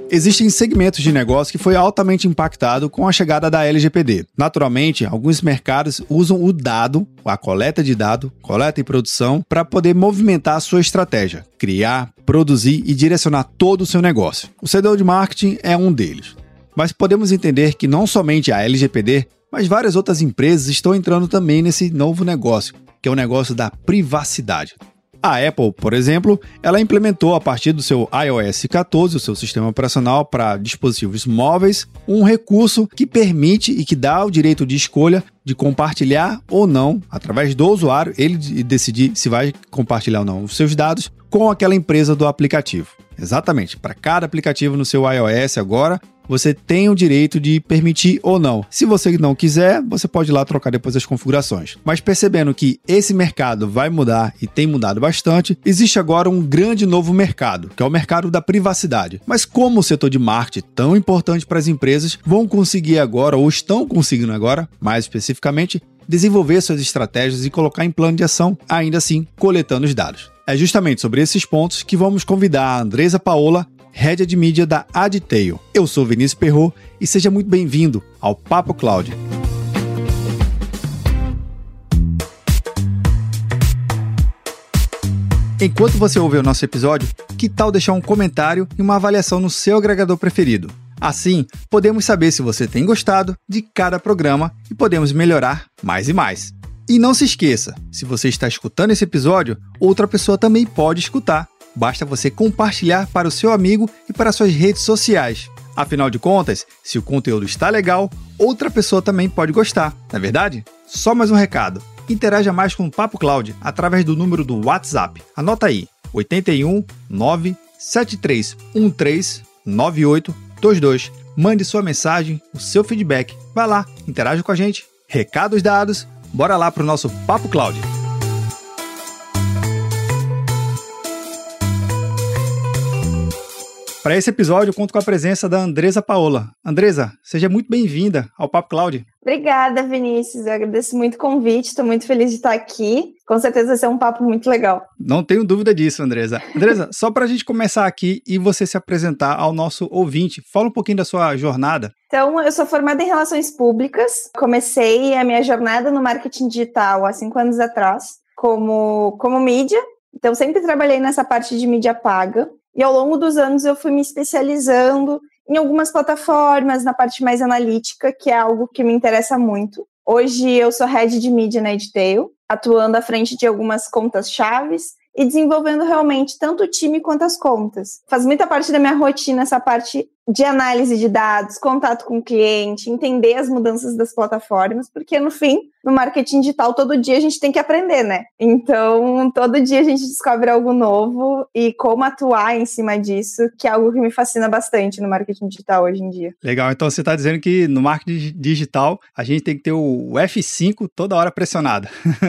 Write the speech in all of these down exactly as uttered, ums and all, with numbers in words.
Existem segmentos de negócio que foi altamente impactado com a chegada da L G P D. Naturalmente, alguns mercados usam o dado, a coleta de dado, coleta e produção, para poder movimentar a sua estratégia, criar, produzir e direcionar todo o seu negócio. O setor de marketing é um deles. Mas podemos entender que não somente a L G P D, mas várias outras empresas estão entrando também nesse novo negócio, que é o negócio da privacidade. A Apple, por exemplo, ela implementou a partir do seu i O S quatorze, o seu sistema operacional para dispositivos móveis, um recurso que permite e que dá o direito de escolha de compartilhar ou não, através do usuário, ele decidir se vai compartilhar ou não os seus dados com aquela empresa do aplicativo. Exatamente, para cada aplicativo no seu iOS agora, você tem o direito de permitir ou não. Se você não quiser, você pode ir lá trocar depois as configurações. Mas percebendo que esse mercado vai mudar e tem mudado bastante, existe agora um grande novo mercado, que é o mercado da privacidade. Mas como o setor de marketing, tão importante para as empresas, vão conseguir agora, ou estão conseguindo agora, mais especificamente, desenvolver suas estratégias e colocar em plano de ação, ainda assim, coletando os dados. É justamente sobre esses pontos que vamos convidar a Andresa Paola, Head de Mídia da Adtail. Eu sou Vinícius Perrot e seja muito bem-vindo ao Papo Cloud. Enquanto você ouve o nosso episódio, que tal deixar um comentário e uma avaliação no seu agregador preferido? Assim, podemos saber se você tem gostado de cada programa e podemos melhorar mais e mais. E não se esqueça, se você está escutando esse episódio, outra pessoa também pode escutar. Basta você compartilhar para o seu amigo e para suas redes sociais. Afinal de contas, se o conteúdo está legal, outra pessoa também pode gostar, não é verdade? Só mais um recado. Interaja mais com o Papo Cloud através do número do WhatsApp. Anota aí, oito um nove sete três um três nove oito dois dois. Mande sua mensagem, o seu feedback. Vai lá, interaja com a gente. Recados dados, bora lá para o nosso Papo Cloud. Para esse episódio, eu conto com a presença da Andresa Paola. Andresa, seja muito bem-vinda ao Papo Cloud. Obrigada, Vinícius. Eu agradeço muito o convite, estou muito feliz de estar aqui. Com certeza vai ser um papo muito legal. Não tenho dúvida disso, Andresa. Andresa, só para a gente começar aqui e você se apresentar ao nosso ouvinte, fala um pouquinho da sua jornada. Então, eu sou formada em Relações Públicas. Comecei a minha jornada no marketing digital há cinco anos atrás, como, como mídia. Então, sempre trabalhei nessa parte de mídia paga. E ao longo dos anos eu fui me especializando em algumas plataformas, na parte mais analítica, que é algo que me interessa muito. Hoje eu sou Head de Mídia na Adtail, atuando à frente de algumas contas chaves e desenvolvendo realmente tanto o time quanto as contas. Faz muita parte da minha rotina essa parte de análise de dados, contato com o cliente, entender as mudanças das plataformas, porque no fim, no marketing digital, todo dia a gente tem que aprender, né? Então, todo dia a gente descobre algo novo e como atuar em cima disso, que é algo que me fascina bastante no marketing digital hoje em dia. Legal, então você está dizendo que no marketing digital a gente tem que ter o F cinco toda hora pressionado.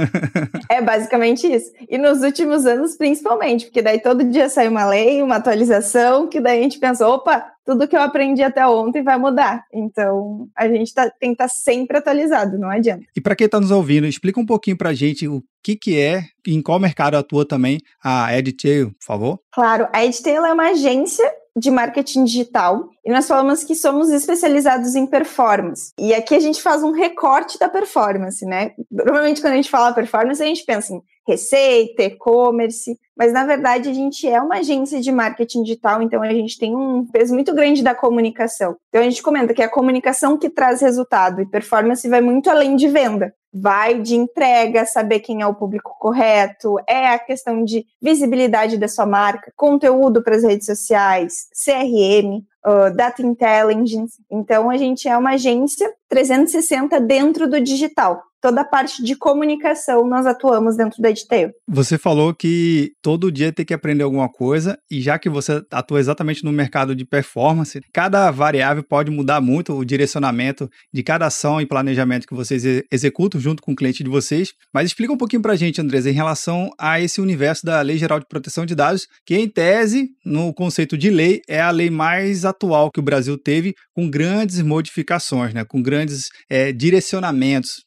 É basicamente isso. E nos últimos anos, principalmente, porque daí todo dia sai uma lei, uma atualização, que daí a gente pensa, opa, tudo que eu aprendi até ontem vai mudar. Então, a gente tá, tem que estar sempre atualizado, não adianta. E para quem está nos ouvindo, explica um pouquinho para a gente o que, que é e em qual mercado atua também a Adtail, por favor. Claro, a Adtail é uma agência de marketing digital e nós falamos que somos especializados em performance. E aqui a gente faz um recorte da performance, né? Normalmente quando a gente fala performance, a gente pensa em receita, e-commerce, mas na verdade a gente é uma agência de marketing digital, então a gente tem um peso muito grande da comunicação. Então a gente comenta que é a comunicação que traz resultado e performance vai muito além de venda. Vai de entrega, saber quem é o público correto, é a questão de visibilidade da sua marca, conteúdo para as redes sociais, C R M, uh, Data Intelligence. Então, a gente é uma agência trezentos e sessenta dentro do digital. Toda a parte de comunicação nós atuamos dentro da Adtail. Você falou que todo dia tem que aprender alguma coisa e já que você atua exatamente no mercado de performance, cada variável pode mudar muito o direcionamento de cada ação e planejamento que vocês executam junto com o cliente de vocês. Mas explica um pouquinho pra gente, Andresa, em relação a esse universo da Lei Geral de Proteção de Dados, que em tese, no conceito de lei, é a lei mais atual que o Brasil teve, com grandes modificações, né? Com grandes é, direcionamentos.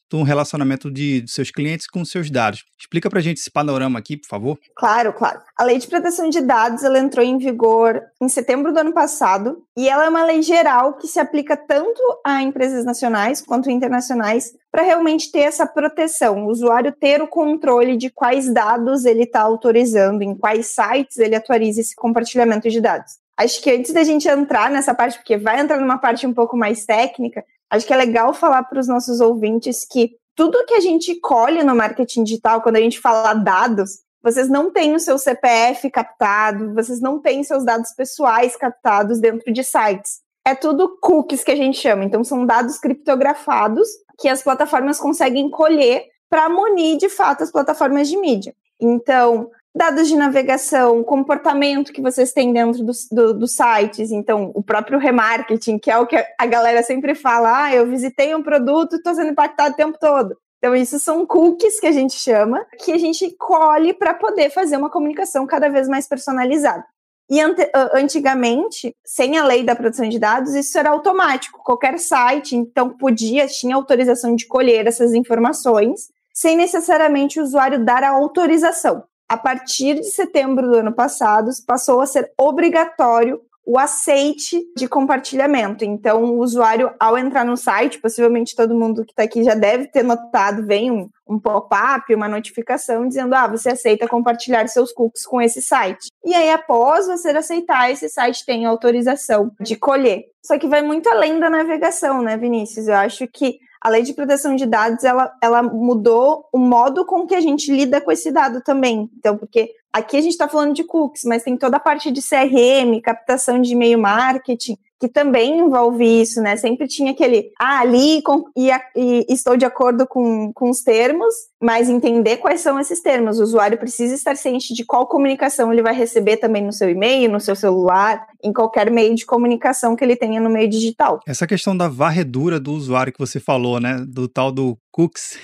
do relacionamento de, de seus clientes com os seus dados. Explica pra gente esse panorama aqui, por favor. Claro, claro. A Lei de Proteção de Dados, ela entrou em vigor em setembro do ano passado, e ela é uma lei geral que se aplica tanto a empresas nacionais quanto internacionais para realmente ter essa proteção, o usuário ter o controle de quais dados ele está autorizando, em quais sites ele atualiza esse compartilhamento de dados. Acho que antes da gente entrar nessa parte, porque vai entrar numa parte um pouco mais técnica, acho que é legal falar para os nossos ouvintes que tudo que a gente colhe no marketing digital, quando a gente fala dados, vocês não têm o seu C P F captado, vocês não têm seus dados pessoais captados dentro de sites. É tudo cookies que a gente chama, então são dados criptografados que as plataformas conseguem colher para munir de fato as plataformas de mídia. Então, dados de navegação, comportamento que vocês têm dentro dos do, do sites, então o próprio remarketing, que é o que a galera sempre fala, ah, eu visitei um produto e estou sendo impactado o tempo todo. Então isso são cookies que a gente chama, que a gente colhe para poder fazer uma comunicação cada vez mais personalizada. E ante, antigamente, sem a lei da proteção de dados, isso era automático. Qualquer site, então, podia, tinha autorização de colher essas informações, sem necessariamente o usuário dar a autorização. A partir de setembro do ano passado, passou a ser obrigatório o aceite de compartilhamento. Então, o usuário, ao entrar no site, possivelmente todo mundo que está aqui já deve ter notado, vem um, um pop-up, uma notificação dizendo, ah, você aceita compartilhar seus cookies com esse site. E aí, após você aceitar, esse site tem autorização de colher. Só que vai muito além da navegação, né, Vinícius? Eu acho que a Lei de Proteção de Dados, ela, ela mudou o modo com que a gente lida com esse dado também. Então, porque aqui a gente está falando de cookies, mas tem toda a parte de C R M, captação de e-mail marketing, que também envolve isso, né? Sempre tinha aquele, ah, ali com, e, a, e estou de acordo com, com os termos, mas entender quais são esses termos. O usuário precisa estar ciente de qual comunicação ele vai receber também no seu e-mail, no seu celular, em qualquer meio de comunicação que ele tenha no meio digital. Essa questão da varredura do usuário que você falou, né? Do tal do cookies,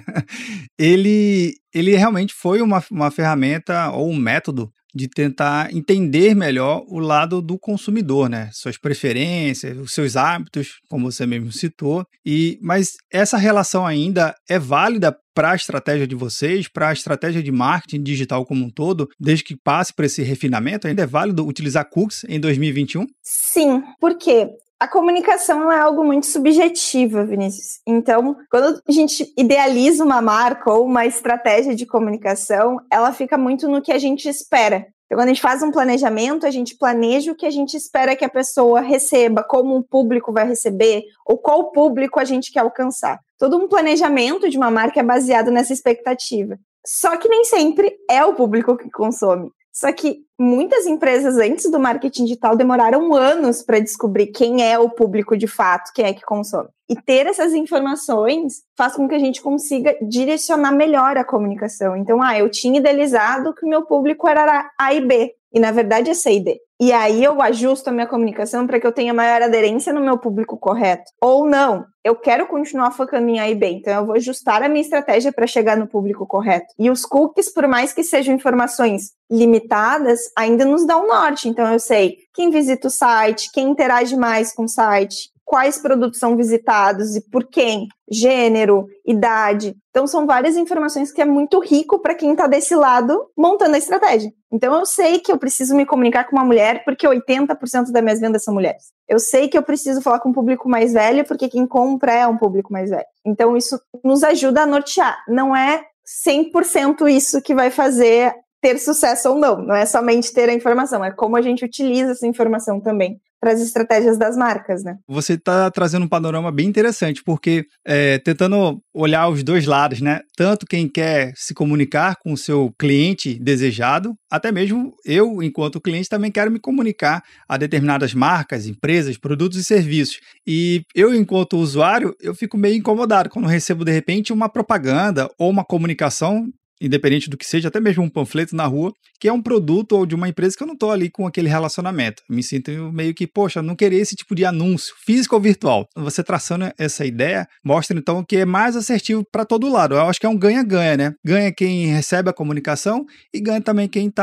ele, ele realmente foi uma, uma ferramenta ou um método de tentar entender melhor o lado do consumidor, né? Suas preferências, os seus hábitos, como você mesmo citou. E, mas essa relação ainda é válida para a estratégia de vocês, para a estratégia de marketing digital como um todo, desde que passe por esse refinamento? Ainda é válido utilizar cookies em dois mil e vinte e um? Sim, por quê? A comunicação é algo muito subjetiva, Vinícius. Então, quando a gente idealiza uma marca ou uma estratégia de comunicação, ela fica muito no que a gente espera. Então, quando a gente faz um planejamento, a gente planeja o que a gente espera que a pessoa receba, como o público vai receber, ou qual público a gente quer alcançar. Todo um planejamento de uma marca é baseado nessa expectativa. Só que nem sempre é o público que consome. Só que muitas empresas antes do marketing digital demoraram anos para descobrir quem é o público de fato, quem é que consome. E ter essas informações faz com que a gente consiga direcionar melhor a comunicação. Então, ah, eu tinha idealizado que o meu público era A e B, e na verdade é C e D. E aí eu ajusto a minha comunicação para que eu tenha maior aderência no meu público correto. Ou não, eu quero continuar focando em A e B, então eu vou ajustar a minha estratégia para chegar no público correto. E os cookies, por mais que sejam informações limitadas, ainda nos dão um norte. Então eu sei quem visita o site, quem interage mais com o site, quais produtos são visitados e por quem, gênero, idade. Então são várias informações que é muito rico para quem está desse lado montando a estratégia. Então eu sei que eu preciso me comunicar com uma mulher porque oitenta por cento das minhas vendas são mulheres. Eu sei que eu preciso falar com um público mais velho porque quem compra é um público mais velho. Então isso nos ajuda a nortear. Não é cem por cento isso que vai fazer ter sucesso ou não. Não é somente ter a informação, é como a gente utiliza essa informação também para as estratégias das marcas, né? Você está trazendo um panorama bem interessante, porque é, tentando olhar os dois lados, né? Tanto quem quer se comunicar com o seu cliente desejado, até mesmo eu, enquanto cliente, também quero me comunicar a determinadas marcas, empresas, produtos e serviços. E eu, enquanto usuário, eu fico meio incomodado quando recebo, de repente, uma propaganda ou uma comunicação, independente do que seja, até mesmo um panfleto na rua, que é um produto ou de uma empresa que eu não estou ali com aquele relacionamento. Me sinto meio que, poxa, não querer esse tipo de anúncio, físico ou virtual. Você traçando essa ideia, mostra então que é mais assertivo para todo lado. Eu acho que é um ganha-ganha, né? Ganha quem recebe a comunicação e ganha também quem está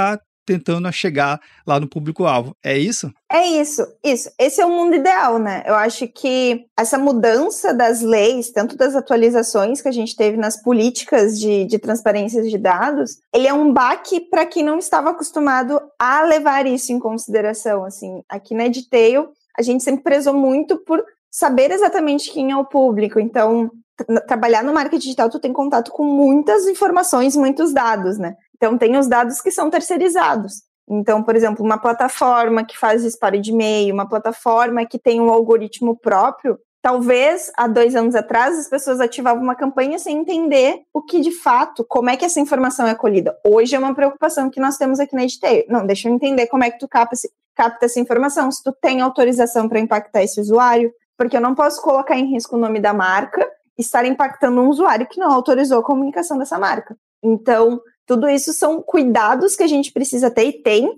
tentando chegar lá no público-alvo. É isso? É isso, isso. Esse é o mundo ideal, né? Eu acho que essa mudança das leis, tanto das atualizações que a gente teve nas políticas de, de transparência de dados, ele é um baque para quem não estava acostumado a levar isso em consideração. Assim, aqui na Edtail, a gente sempre prezou muito por saber exatamente quem é o público. Então, tra- trabalhar no marketing digital, tu tem contato com muitas informações, muitos dados, né? Então, tem os dados que são terceirizados. Então, por exemplo, uma plataforma que faz disparo de e-mail, uma plataforma que tem um algoritmo próprio, talvez há dois anos atrás as pessoas ativavam uma campanha sem entender o que de fato, como é que essa informação é colhida. Hoje é uma preocupação que nós temos aqui na Edtail. Não, deixa eu entender como é que tu capta, capta essa informação, se tu tem autorização para impactar esse usuário, porque eu não posso colocar em risco o nome da marca e estar impactando um usuário que não autorizou a comunicação dessa marca. Então, tudo isso são cuidados que a gente precisa ter e tem,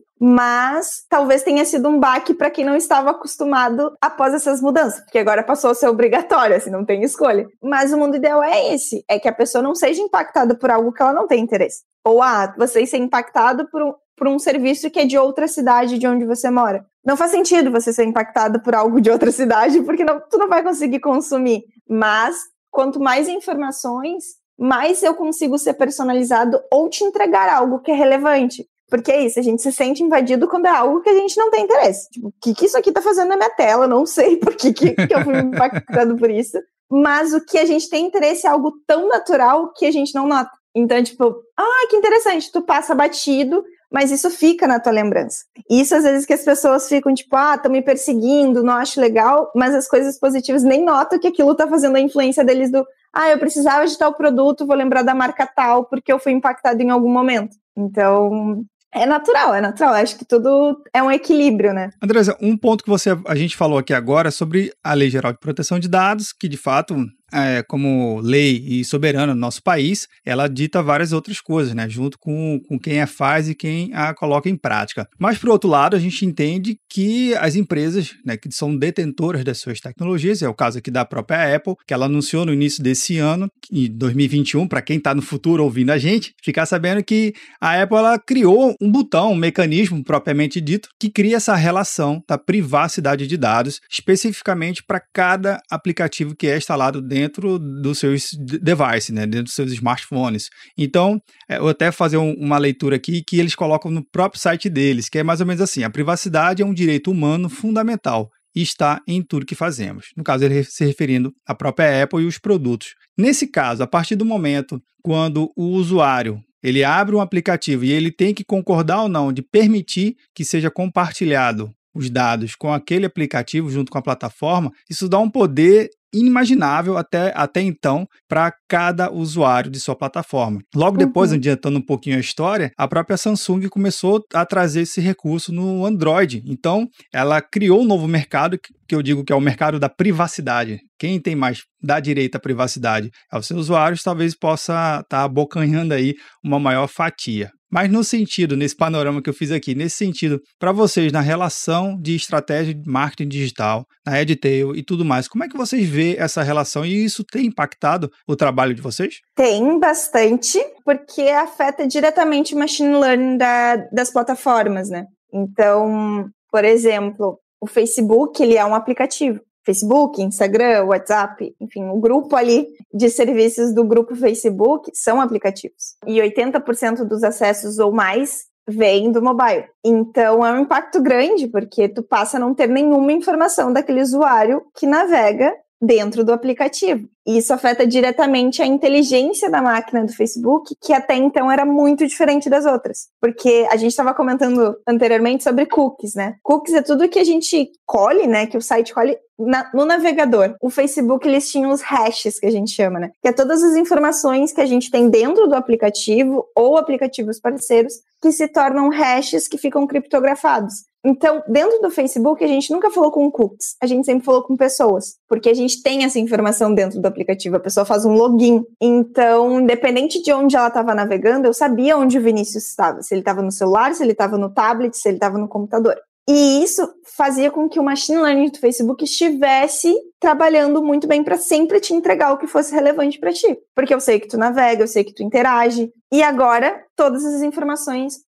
mas talvez tenha sido um baque para quem não estava acostumado após essas mudanças, porque agora passou a ser obrigatório, assim, não tem escolha. Mas o mundo ideal é esse, é que a pessoa não seja impactada por algo que ela não tem interesse. Ou, ah, você ser impactado por um, por um serviço que é de outra cidade de onde você mora. Não faz sentido você ser impactado por algo de outra cidade, porque não, tu não vai conseguir consumir. Mas, quanto mais informações, mais eu consigo ser personalizado ou te entregar algo que é relevante. Porque é isso, a gente se sente invadido quando é algo que a gente não tem interesse. Tipo, o que, que isso aqui tá fazendo na minha tela? Não sei por que, que, que eu fui impactado por isso. Mas o que a gente tem interesse é algo tão natural que a gente não nota. Então, tipo, ah, que interessante, tu passa batido, mas isso fica na tua lembrança. Isso, às vezes, que as pessoas ficam, tipo, ah, estão me perseguindo, não acho legal, mas as coisas positivas nem notam que aquilo tá fazendo a influência deles do, ah, eu precisava de tal produto, vou lembrar da marca tal, porque eu fui impactado em algum momento. Então, é natural, é natural. Acho que tudo é um equilíbrio, né? Andresa, um ponto que você, a gente falou aqui agora sobre a Lei Geral de Proteção de Dados, que de fato, é, como lei e soberana no nosso país, ela dita várias outras coisas, né? Junto com, com quem a faz e quem a coloca em prática. Mas, por outro lado, a gente entende que as empresas, né, que são detentoras das suas tecnologias, é o caso aqui da própria Apple, que ela anunciou no início desse ano, em dois mil e vinte e um, para quem está no futuro ouvindo a gente, ficar sabendo que a Apple ela criou um botão, um mecanismo propriamente dito, que cria essa relação da privacidade de dados, especificamente para cada aplicativo que é instalado dentro dentro dos seus devices, né, dentro dos seus smartphones. Então, eu vou até fazer um, uma leitura aqui que eles colocam no próprio site deles, que é mais ou menos assim: a privacidade é um direito humano fundamental e está em tudo que fazemos. No caso, ele se referindo à própria Apple e os produtos. Nesse caso, a partir do momento quando o usuário ele abre um aplicativo e ele tem que concordar ou não de permitir que seja compartilhado os dados com aquele aplicativo junto com a plataforma, isso dá um poder inimaginável até, até então para cada usuário de sua plataforma. Logo depois, uhum. adiantando um pouquinho a história, a própria Samsung começou a trazer esse recurso no Android. Então, ela criou um novo mercado, que eu digo que é o mercado da privacidade. Quem tem mais da direito à privacidade aos seus usuários, talvez possa estar tá abocanhando aí uma maior fatia. Mas no sentido, nesse panorama que eu fiz aqui, nesse sentido, para vocês, na relação de estratégia de marketing digital, na Edtail e tudo mais, como é que vocês vê essa relação e isso tem impactado o trabalho de vocês? Tem bastante, porque afeta diretamente o machine learning da, das plataformas, né? Então, por exemplo, o Facebook, ele é um aplicativo. Facebook, Instagram, WhatsApp, enfim, o grupo ali de serviços do grupo Facebook são aplicativos. E oitenta por cento dos acessos ou mais vem do mobile. Então, é um impacto grande, porque tu passa a não ter nenhuma informação daquele usuário que navega dentro do aplicativo. E isso afeta diretamente a inteligência da máquina do Facebook, que até então era muito diferente das outras. Porque a gente estava comentando anteriormente sobre cookies, né? Cookies é tudo que a gente colhe, né? Que o site colhe na, no navegador. O Facebook, eles tinham os hashes, que a gente chama, né? Que é todas as informações que a gente tem dentro do aplicativo ou aplicativos parceiros que se tornam hashes que ficam criptografados. Então, dentro do Facebook, a gente nunca falou com cookies, a gente sempre falou com pessoas, porque a gente tem essa informação dentro do aplicativo, a pessoa faz um login. Então, independente de onde ela estava navegando, eu sabia onde o Vinícius estava, se ele estava no celular, se ele estava no tablet, se ele estava no computador. E isso fazia com que o machine learning do Facebook estivesse trabalhando muito bem para sempre te entregar o que fosse relevante para ti. Porque eu sei que tu navega, eu sei que tu interage. E agora, todas as informações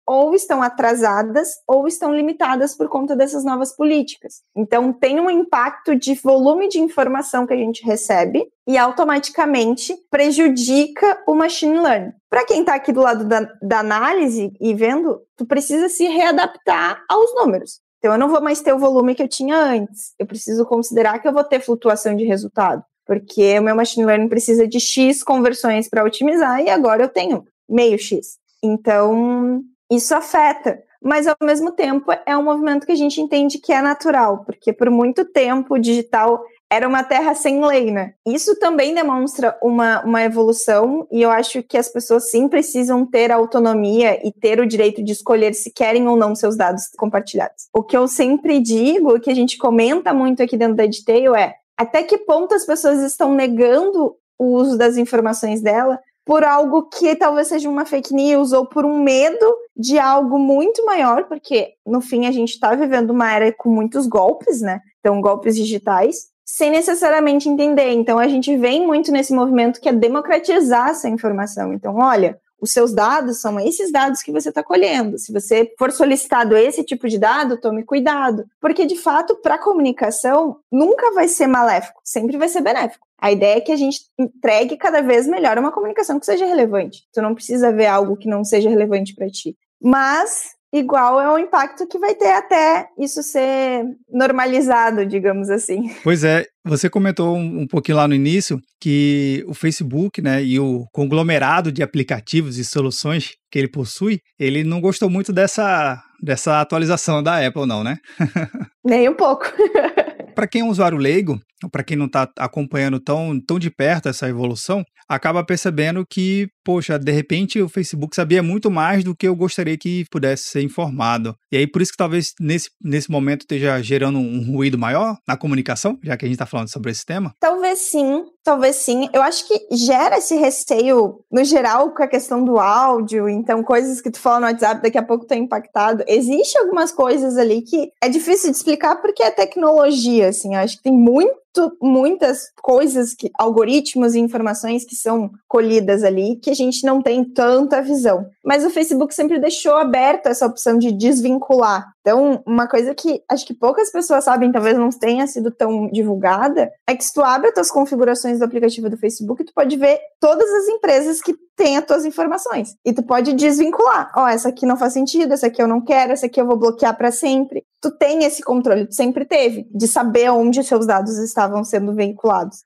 ou estão atrasadas ou estão limitadas por conta dessas novas políticas. Então, tem um impacto de volume de informação que a gente recebe e automaticamente prejudica o machine learning. Para quem está aqui do lado da, da análise e vendo, tu precisa se readaptar aos números. Então, eu não vou mais ter o volume que eu tinha antes. Eu preciso considerar que eu vou ter flutuação de resultado, porque o meu machine learning precisa de X conversões para otimizar e agora eu tenho meio X. Então, isso afeta, mas ao mesmo tempo é um movimento que a gente entende que é natural, porque por muito tempo o digital era uma terra sem lei, né? Isso também demonstra uma, uma evolução e eu acho que as pessoas sim precisam ter autonomia e ter o direito de escolher se querem ou não seus dados compartilhados. O que eu sempre digo, que a gente comenta muito aqui dentro da Edtail é até que ponto as pessoas estão negando o uso das informações dela por algo que talvez seja uma fake news ou por um medo de algo muito maior, porque no fim a gente está vivendo uma era com muitos golpes, né? Então, golpes digitais, sem necessariamente entender. Então, a gente vem muito nesse movimento que é democratizar essa informação. Então, olha, os seus dados são esses dados que você está colhendo. Se você for solicitado esse tipo de dado, tome cuidado. Porque, de fato, para a comunicação, nunca vai ser maléfico, sempre vai ser benéfico. A ideia é que a gente entregue cada vez melhor uma comunicação que seja relevante. Tu não precisa ver algo que não seja relevante para ti. Mas, igual, é um impacto que vai ter até isso ser normalizado, digamos assim. Pois é, você comentou um, um pouquinho lá no início que o Facebook, né, e o conglomerado de aplicativos e soluções que ele possui, ele não gostou muito dessa, dessa atualização da Apple, não, né? Nem um pouco. Para quem é um usuário leigo, para quem não está acompanhando tão, tão de perto essa evolução, acaba percebendo que, poxa, de repente o Facebook sabia muito mais do que eu gostaria que pudesse ser informado. E aí, por isso que talvez nesse, nesse momento esteja gerando um ruído maior na comunicação, já que a gente está falando sobre esse tema? Talvez sim, talvez sim. Eu acho que gera esse receio, no geral, com a questão do áudio, então coisas que tu fala no WhatsApp, daqui a pouco tá impactado. Existem algumas coisas ali que é difícil de explicar porque é tecnologia, assim, eu acho que tem muito muitas coisas, que, algoritmos e informações que são colhidas ali, que a gente não tem tanta visão. Mas o Facebook sempre deixou aberta essa opção de desvincular. Então, uma coisa que acho que poucas pessoas sabem, talvez não tenha sido tão divulgada, é que se tu abre as tuas configurações do aplicativo do Facebook, tu pode ver todas as empresas que têm as tuas informações. E tu pode desvincular. Ó, oh, essa aqui não faz sentido, essa aqui eu não quero, essa aqui eu vou bloquear para sempre. Tu tem esse controle, tu sempre teve, de saber onde seus dados estavam sendo vinculados.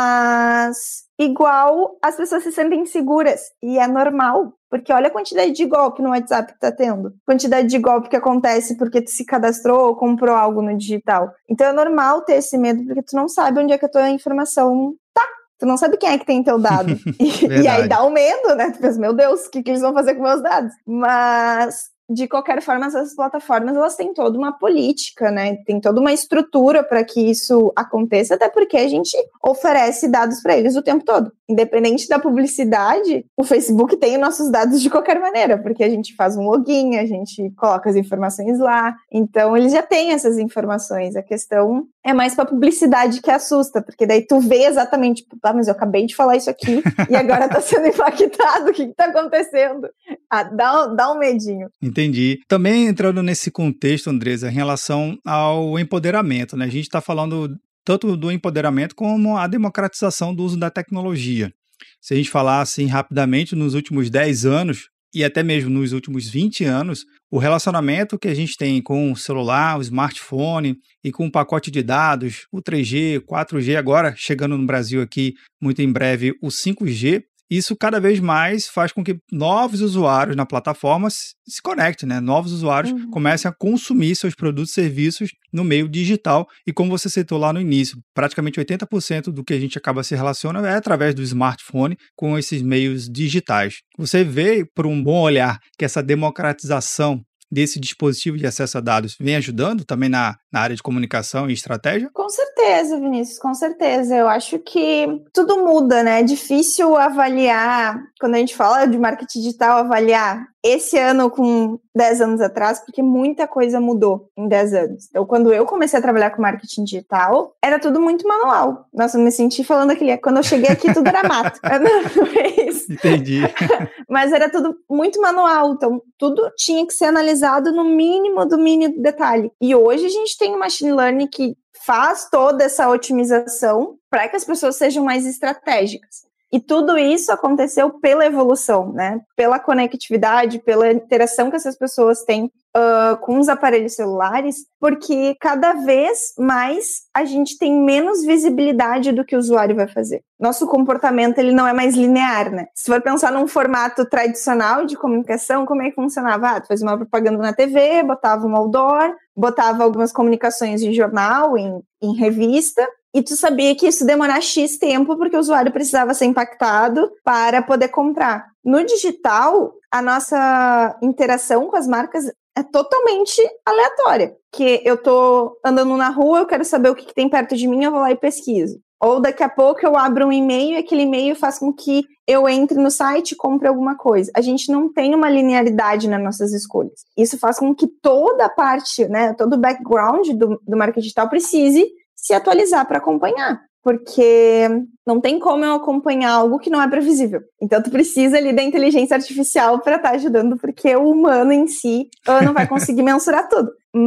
Mas, igual, as pessoas se sentem seguras. E é normal. Porque olha a quantidade de golpe no WhatsApp que tá tendo. Quantidade de golpe que acontece porque tu se cadastrou ou comprou algo no digital. Então é normal ter esse medo, porque tu não sabe onde é que a tua informação tá. Tu não sabe quem é que tem teu dado. e, e aí dá o medo, né? Tu pensa, meu Deus, o que, que eles vão fazer com meus dados? Mas, de qualquer forma, essas plataformas, elas têm toda uma política, né? Tem toda uma estrutura para que isso aconteça, até porque a gente oferece dados para eles o tempo todo. Independente da publicidade, o Facebook tem os nossos dados de qualquer maneira, porque a gente faz um login, a gente coloca as informações lá, então eles já têm essas informações. A questão é mais para publicidade que assusta, porque daí tu vê exatamente, ah, mas eu acabei de falar isso aqui e agora tá sendo impactado, o que que tá acontecendo? Ah, dá, dá um medinho. Entendi. Também entrando nesse contexto, Andresa, em relação ao empoderamento, né? A gente está falando tanto do empoderamento como a democratização do uso da tecnologia. Se a gente falar assim rapidamente, nos últimos dez anos e até mesmo nos últimos vinte anos, o relacionamento que a gente tem com o celular, o smartphone e com o pacote de dados, o três G, quatro G, agora chegando no Brasil aqui muito em breve o cinco G, isso cada vez mais faz com que novos usuários na plataforma se, se conectem, né? Novos usuários uhum. comecem a consumir seus produtos e serviços no meio digital. E como você citou lá no início, praticamente oitenta por cento do que a gente acaba se relaciona é através do smartphone com esses meios digitais. Você vê, por um bom olhar, que essa democratização desse dispositivo de acesso a dados vem ajudando também na, na área de comunicação e estratégia? Com certeza, Vinícius, com certeza. Eu acho que tudo muda, né? É difícil avaliar, quando a gente fala de marketing digital, avaliar esse ano com dez anos atrás, porque muita coisa mudou em dez anos. Então, quando eu comecei a trabalhar com marketing digital, era tudo muito manual. Nossa, eu me senti falando aquele... Quando eu cheguei aqui, tudo era mato. Não é isso. Entendi. Mas era tudo muito manual. Então, tudo tinha que ser analisado no mínimo do mínimo detalhe. E hoje a gente tem o machine learning que faz toda essa otimização para que as pessoas sejam mais estratégicas. E tudo isso aconteceu pela evolução, né? Pela conectividade, pela interação que essas pessoas têm uh, com os aparelhos celulares, porque cada vez mais a gente tem menos visibilidade do que o usuário vai fazer. Nosso comportamento, ele não é mais linear, né? Se for pensar num formato tradicional de comunicação, como é que funcionava? Ah, tu fazia uma propaganda na T V, botava um outdoor, botava algumas comunicações em jornal, em, em revista, e tu sabia que isso demorava X tempo porque o usuário precisava ser impactado para poder comprar. No digital, a nossa interação com as marcas é totalmente aleatória. Que eu tô andando na rua, eu quero saber o que, que tem perto de mim, eu vou lá e pesquiso. Ou daqui a pouco eu abro um e-mail e aquele e-mail faz com que eu entre no site e compre alguma coisa. A gente não tem uma linearidade nas nossas escolhas. Isso faz com que toda a parte, né, todo o background do, do marketing digital precise se atualizar para acompanhar, porque não tem como eu acompanhar algo que não é previsível. Então, tu precisa ali da inteligência artificial para estar tá ajudando, porque o humano em si não vai conseguir mensurar tudo.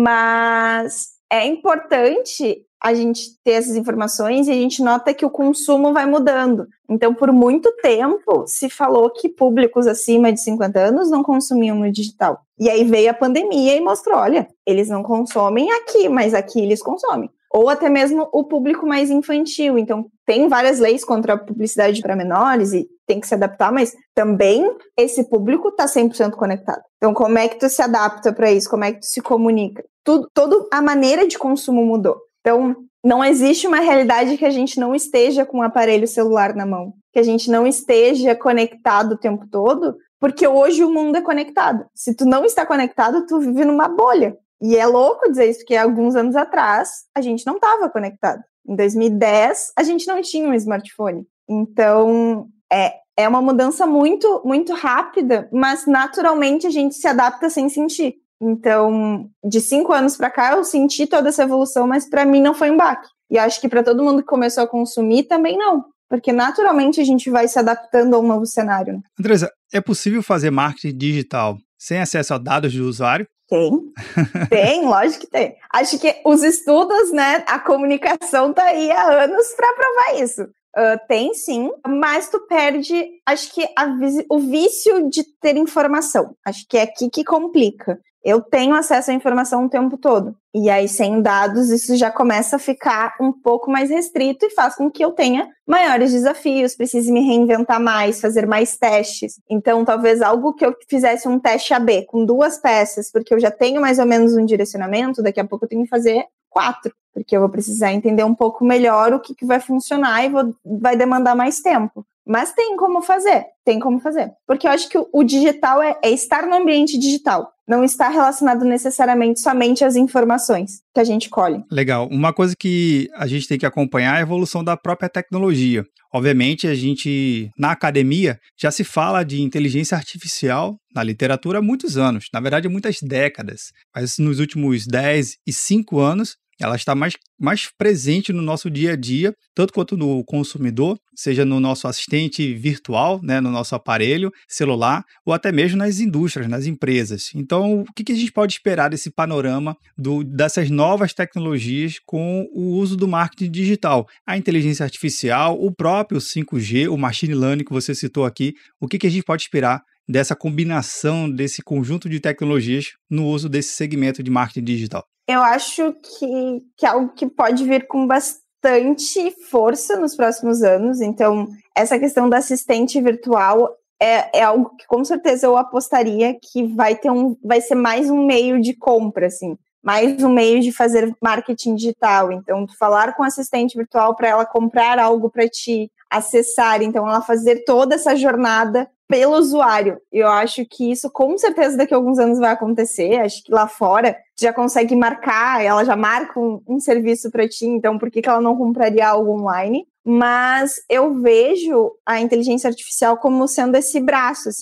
Mas é importante a gente ter essas informações e a gente nota que o consumo vai mudando. Então, por muito tempo, se falou que públicos acima de cinquenta anos não consumiam no digital. E aí veio a pandemia e mostrou, olha, eles não consomem aqui, mas aqui eles consomem. Ou até mesmo o público mais infantil. Então, tem várias leis contra a publicidade para menores e tem que se adaptar, mas também esse público está cem por cento conectado. Então, como é que tu se adapta para isso? Como é que tu se comunica? Tudo, toda a maneira de consumo mudou. Então, não existe uma realidade que a gente não esteja com o aparelho celular na mão, que a gente não esteja conectado o tempo todo, porque hoje o mundo é conectado. Se tu não está conectado, tu vive numa bolha. E é louco dizer isso, porque alguns anos atrás a gente não estava conectado. Em dois mil e dez, a gente não tinha um smartphone. Então, é, é uma mudança muito, muito rápida, mas naturalmente a gente se adapta sem sentir. Então, de cinco anos para cá, eu senti toda essa evolução, mas para mim não foi um baque. E acho que para todo mundo que começou a consumir também não, porque naturalmente a gente vai se adaptando a um novo cenário. Andressa, é possível fazer marketing digital sem acesso a dados do usuário? Tem, tem, lógico que tem. Acho que os estudos, né, a comunicação tá aí há anos para provar isso. Uh, tem sim, mas tu perde, acho que a, o vício de ter informação. Acho que é aqui que complica. Eu tenho acesso à informação o tempo todo. E aí, sem dados, isso já começa a ficar um pouco mais restrito e faz com que eu tenha maiores desafios, precise me reinventar mais, fazer mais testes. Então, talvez algo que eu fizesse um teste A B com duas peças, porque eu já tenho mais ou menos um direcionamento, daqui a pouco eu tenho que fazer quatro, porque eu vou precisar entender um pouco melhor o que, que vai funcionar e vou, vai demandar mais tempo. Mas tem como fazer, tem como fazer. Porque eu acho que o, o digital é, é estar no ambiente digital. Não está relacionado necessariamente somente às informações que a gente colhe. Legal. Uma coisa que a gente tem que acompanhar é a evolução da própria tecnologia. Obviamente, a gente, na academia, já se fala de inteligência artificial na literatura há muitos anos. Na verdade, há muitas décadas. Mas nos últimos dez e cinco anos, ela está mais, mais presente no nosso dia a dia, tanto quanto no consumidor, seja no nosso assistente virtual, né, no nosso aparelho celular, ou até mesmo nas indústrias, nas empresas. Então, o que, que a gente pode esperar desse panorama do, dessas novas tecnologias com o uso do marketing digital? A inteligência artificial, o próprio cinco G, o machine learning que você citou aqui, o que, que a gente pode esperar dessa combinação, desse conjunto de tecnologias no uso desse segmento de marketing digital? Eu acho que, que é algo que pode vir com bastante força nos próximos anos. Então, essa questão da assistente virtual é, é algo que, com certeza, eu apostaria que vai, ter um, vai ser mais um meio de compra, assim, mais um meio de fazer marketing digital. Então, falar com a assistente virtual para ela comprar algo para ti, acessar, então ela fazer toda essa jornada pelo usuário. Eu acho que isso com certeza daqui a alguns anos vai acontecer. Acho que lá fora já consegue marcar, ela já marca um, um serviço para ti, então por que, que ela não compraria algo online? Mas eu vejo a inteligência artificial como sendo esse braço, assim.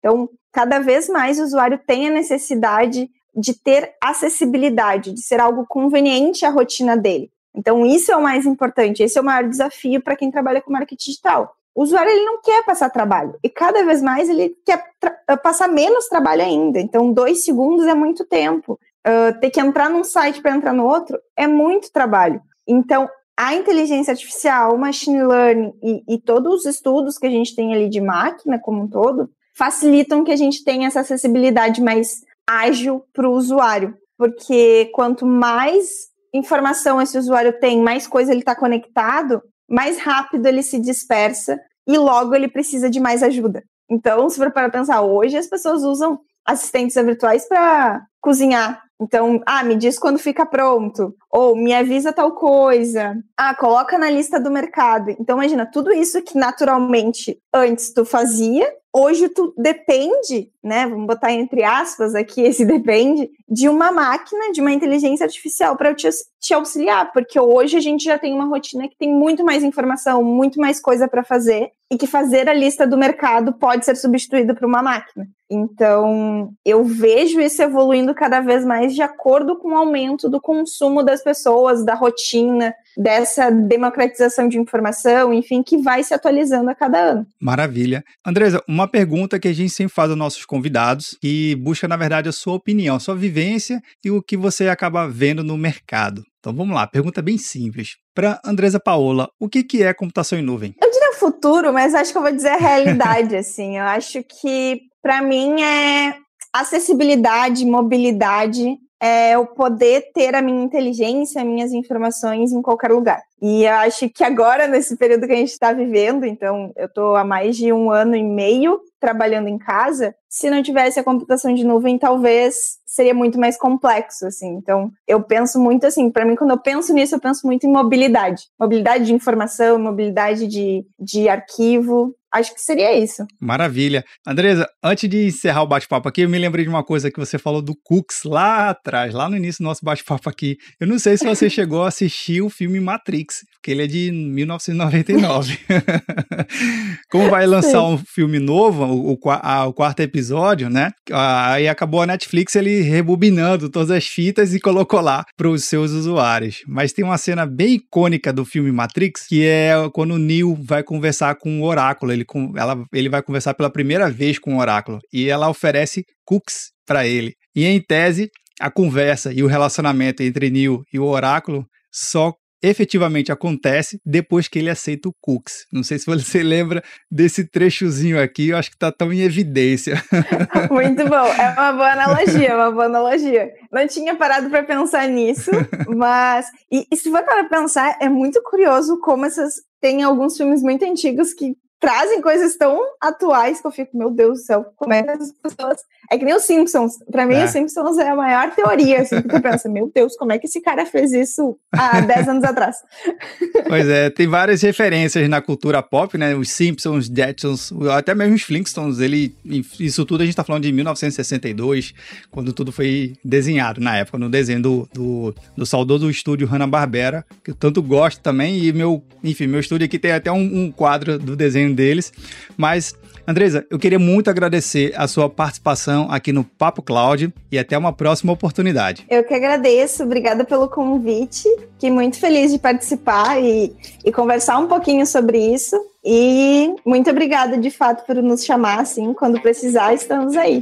Então, cada vez mais o usuário tem a necessidade de ter acessibilidade, de ser algo conveniente à rotina dele. Então, isso é o mais importante, esse é o maior desafio para quem trabalha com marketing digital. O usuário ele não quer passar trabalho, e cada vez mais ele quer tra- passar menos trabalho ainda. Então, dois segundos é muito tempo. Uh, ter que entrar num site para entrar no outro é muito trabalho. Então, a inteligência artificial, o machine learning e, e todos os estudos que a gente tem ali de máquina como um todo, facilitam que a gente tenha essa acessibilidade mais ágil para o usuário. Porque quanto mais informação esse usuário tem, mais coisa ele está conectado, mais rápido ele se dispersa e logo ele precisa de mais ajuda. Então, se for para pensar, hoje as pessoas usam assistentes virtuais para cozinhar. Então, ah, me diz quando fica pronto, ou me avisa tal coisa, ah, coloca na lista do mercado. Então, imagina, tudo isso que naturalmente antes tu fazia, hoje tu depende, né, vamos botar entre aspas aqui esse depende, de uma máquina, de uma inteligência artificial para te, te auxiliar, porque hoje a gente já tem uma rotina que tem muito mais informação, muito mais coisa para fazer, e que fazer a lista do mercado pode ser substituído por uma máquina. Então, eu vejo isso evoluindo cada vez mais de acordo com o aumento do consumo das pessoas, da rotina, dessa democratização de informação, enfim, que vai se atualizando a cada ano. Maravilha. Andresa, uma pergunta que a gente sempre faz aos nossos convidados, que busca, na verdade, a sua opinião, a sua vivência e o que você acaba vendo no mercado. Então, vamos lá, pergunta bem simples. Para Andresa Paola, o que, que é computação em nuvem? Eu diria futuro, mas acho que eu vou dizer a realidade, assim. Eu acho que, para mim, é acessibilidade, mobilidade, é o poder ter a minha inteligência, minhas informações em qualquer lugar. E eu acho que agora, nesse período que a gente está vivendo, então eu estou há mais de um ano e meio trabalhando em casa, se não tivesse a computação de nuvem, talvez seria muito mais complexo, assim. Então, eu penso muito assim, para mim, quando eu penso nisso, eu penso muito em mobilidade. Mobilidade de informação, mobilidade de, de arquivo. Acho que seria isso. Maravilha. Andresa, antes de encerrar o bate-papo aqui, eu me lembrei de uma coisa que você falou do Cooks lá atrás, lá no início do nosso bate-papo aqui. Eu não sei se você chegou a assistir o filme Matrix, porque ele é de mil novecentos e noventa e nove. Como vai lançar Sim. um filme novo, o, o, a, o quarto episódio, né? Aí acabou a Netflix ele rebobinando todas as fitas e colocou lá para os seus usuários. Mas tem uma cena bem icônica do filme Matrix, que é quando o Neo vai conversar com o Oráculo. Ele, com, ela, ele vai conversar pela primeira vez com o Oráculo e ela oferece cookies para ele. E em tese, a conversa e o relacionamento entre Neo e o Oráculo só efetivamente acontece depois que ele aceita o cookies. Não sei se você lembra desse trechozinho aqui, eu acho que tá tão em evidência. Muito bom, é uma boa analogia, é uma boa analogia. Não tinha parado para pensar nisso, mas... E, e se for para pensar, é muito curioso como essas... Tem alguns filmes muito antigos que trazem coisas tão atuais que eu fico, meu Deus do céu, como é que as pessoas... É que nem os Simpsons. Pra mim, é. os Simpsons é a maior teoria, assim, que tu pensa, meu Deus, como é que esse cara fez isso há dez anos atrás? Pois é, tem várias referências na cultura pop, né? Os Simpsons, Jetsons, até mesmo os Flintstones, ele, isso tudo a gente tá falando de mil novecentos e sessenta e dois, quando tudo foi desenhado, na época, no desenho do, do, do saudoso estúdio Hanna-Barbera, que eu tanto gosto também, e meu, enfim, meu estúdio aqui tem até um, um quadro do desenho deles, mas... Andresa, eu queria muito agradecer a sua participação aqui no Papo Cloud e até uma próxima oportunidade. Eu que agradeço, obrigada pelo convite, fiquei muito feliz de participar e, e conversar um pouquinho sobre isso e muito obrigada de fato por nos chamar, assim, quando precisar, estamos aí.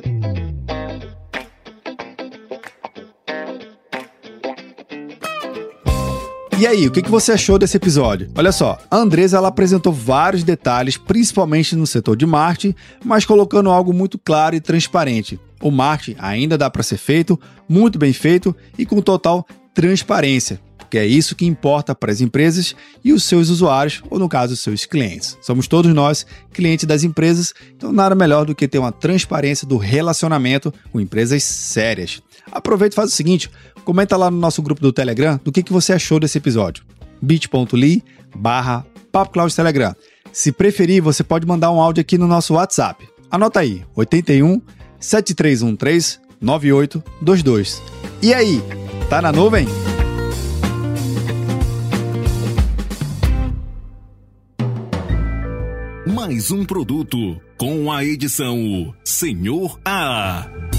E aí, o que você achou desse episódio? Olha só, a Andresa ela apresentou vários detalhes, principalmente no setor de marketing, mas colocando algo muito claro e transparente. O marketing ainda dá para ser feito, muito bem feito e com total transparência, porque é isso que importa para as empresas e os seus usuários, ou no caso, os seus clientes. Somos todos nós clientes das empresas, então nada melhor do que ter uma transparência do relacionamento com empresas sérias. Aproveita e faz o seguinte, comenta lá no nosso grupo do Telegram do que, que você achou desse episódio. bit.ly barra papocloud.telegram. Se preferir, você pode mandar um áudio aqui no nosso WhatsApp. Anota aí, oito um, sete três um três, nove oito dois dois. E aí, tá na nuvem? mais um produto com a edição Senhor A.